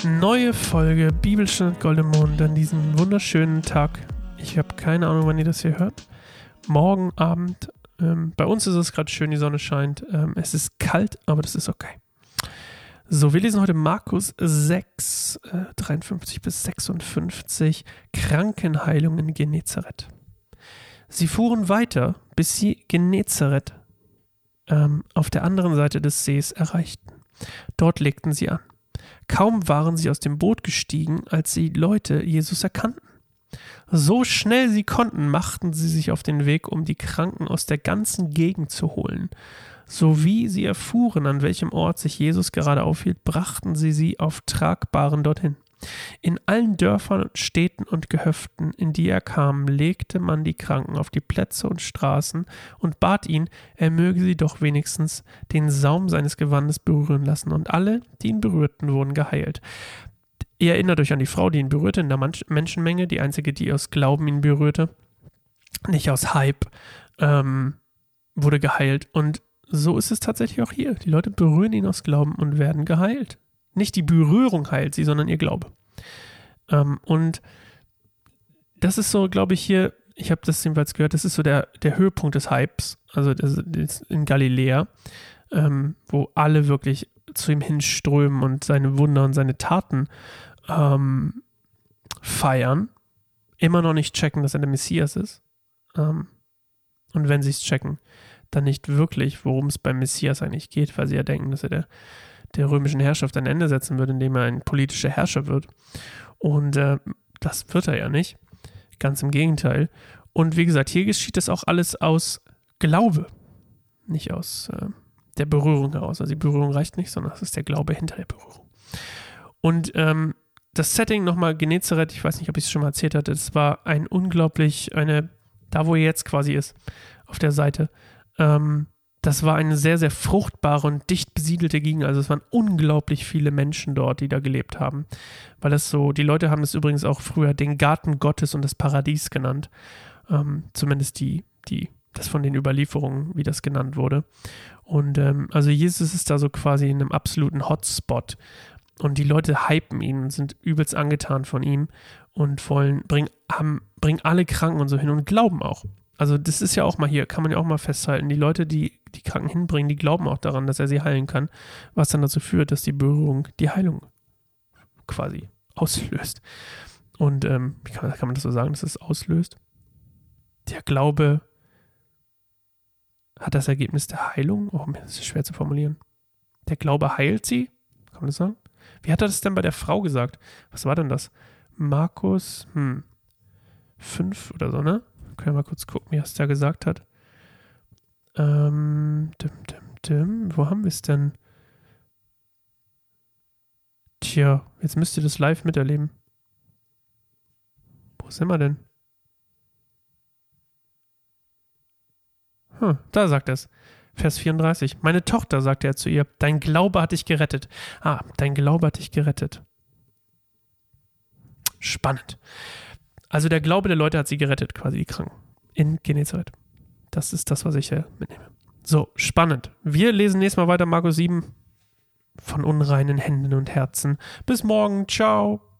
Neue Folge Bibelstunde Goldemond an diesem wunderschönen Tag. Ich habe keine Ahnung, wann ihr das hier hört. Morgen Abend. Bei uns ist es gerade schön, die Sonne scheint. Es ist kalt, aber das ist okay. So, wir lesen heute Markus 6, 53 bis 56, Krankenheilung in Genezareth. Sie fuhren weiter, bis sie Genezareth auf der anderen Seite des Sees erreichten. Dort legten sie an. Kaum waren sie aus dem Boot gestiegen, als die Leute Jesus erkannten. So schnell sie konnten, machten sie sich auf den Weg, um die Kranken aus der ganzen Gegend zu holen. Sowie sie erfuhren, an welchem Ort sich Jesus gerade aufhielt, brachten sie auf Tragbaren dorthin. In allen Dörfern, Städten und Gehöften, in die er kam, legte man die Kranken auf die Plätze und Straßen und bat ihn, er möge sie doch wenigstens den Saum seines Gewandes berühren lassen. Und alle, die ihn berührten, wurden geheilt. Ihr erinnert euch an die Frau, die ihn berührte in der Menschenmenge, die einzige, die aus Glauben ihn berührte, nicht aus Hype, wurde geheilt. Und so ist es tatsächlich auch hier. Die Leute berühren ihn aus Glauben und werden geheilt. Nicht die Berührung heilt sie, sondern ihr Glaube. Und das ist so, glaube ich, hier, ich habe das jedenfalls gehört, das ist so der Höhepunkt des Hypes, also das ist in Galiläa, wo alle wirklich zu ihm hinströmen und seine Wunder und seine Taten feiern, immer noch nicht checken, dass er der Messias ist. Und wenn sie es checken, dann nicht wirklich, worum es beim Messias eigentlich geht, weil sie ja denken, dass er der römischen Herrschaft ein Ende setzen wird, indem er ein politischer Herrscher wird. Und das wird er ja nicht. Ganz im Gegenteil. Und wie gesagt, hier geschieht das auch alles aus Glaube. Nicht aus der Berührung heraus. Also die Berührung reicht nicht, sondern das ist der Glaube hinter der Berührung. Und das Setting nochmal, Genezareth, ich weiß nicht, ob ich es schon mal erzählt hatte, es war da wo er jetzt quasi ist, auf der Seite, das war eine sehr, sehr fruchtbare und dicht besiedelte Gegend. Also es waren unglaublich viele Menschen dort, die da gelebt haben. Weil das so, die Leute haben es übrigens auch früher den Garten Gottes und das Paradies genannt. Zumindest das von den Überlieferungen, wie das genannt wurde. Und also Jesus ist da so quasi in einem absoluten Hotspot. Und die Leute hypen ihn und sind übelst angetan von ihm und bringen alle Kranken und so hin und glauben auch. Also das ist ja auch mal hier, kann man ja auch mal festhalten, die Leute, die Kranken hinbringen, die glauben auch daran, dass er sie heilen kann, was dann dazu führt, dass die Berührung die Heilung quasi auslöst. Und wie kann man das so sagen, dass es auslöst? Der Glaube hat das Ergebnis der Heilung? Oh, das ist schwer zu formulieren. Der Glaube heilt sie? Kann man das sagen? Wie hat er das denn bei der Frau gesagt? Was war denn das? Markus 5 oder so, ne? Können wir mal kurz gucken, wie er es da gesagt hat. Wo haben wir es denn? Tja, jetzt müsst ihr das live miterleben. Wo sind wir denn? Da sagt er es. Vers 34. Meine Tochter, sagte er zu ihr, dein Glaube hat dich gerettet. Dein Glaube hat dich gerettet. Spannend. Also der Glaube der Leute hat sie gerettet, quasi die Kranken in Genezareth. Das ist das, was ich mitnehme. So, spannend. Wir lesen nächstes Mal weiter Markus 7 von unreinen Händen und Herzen. Bis morgen. Ciao.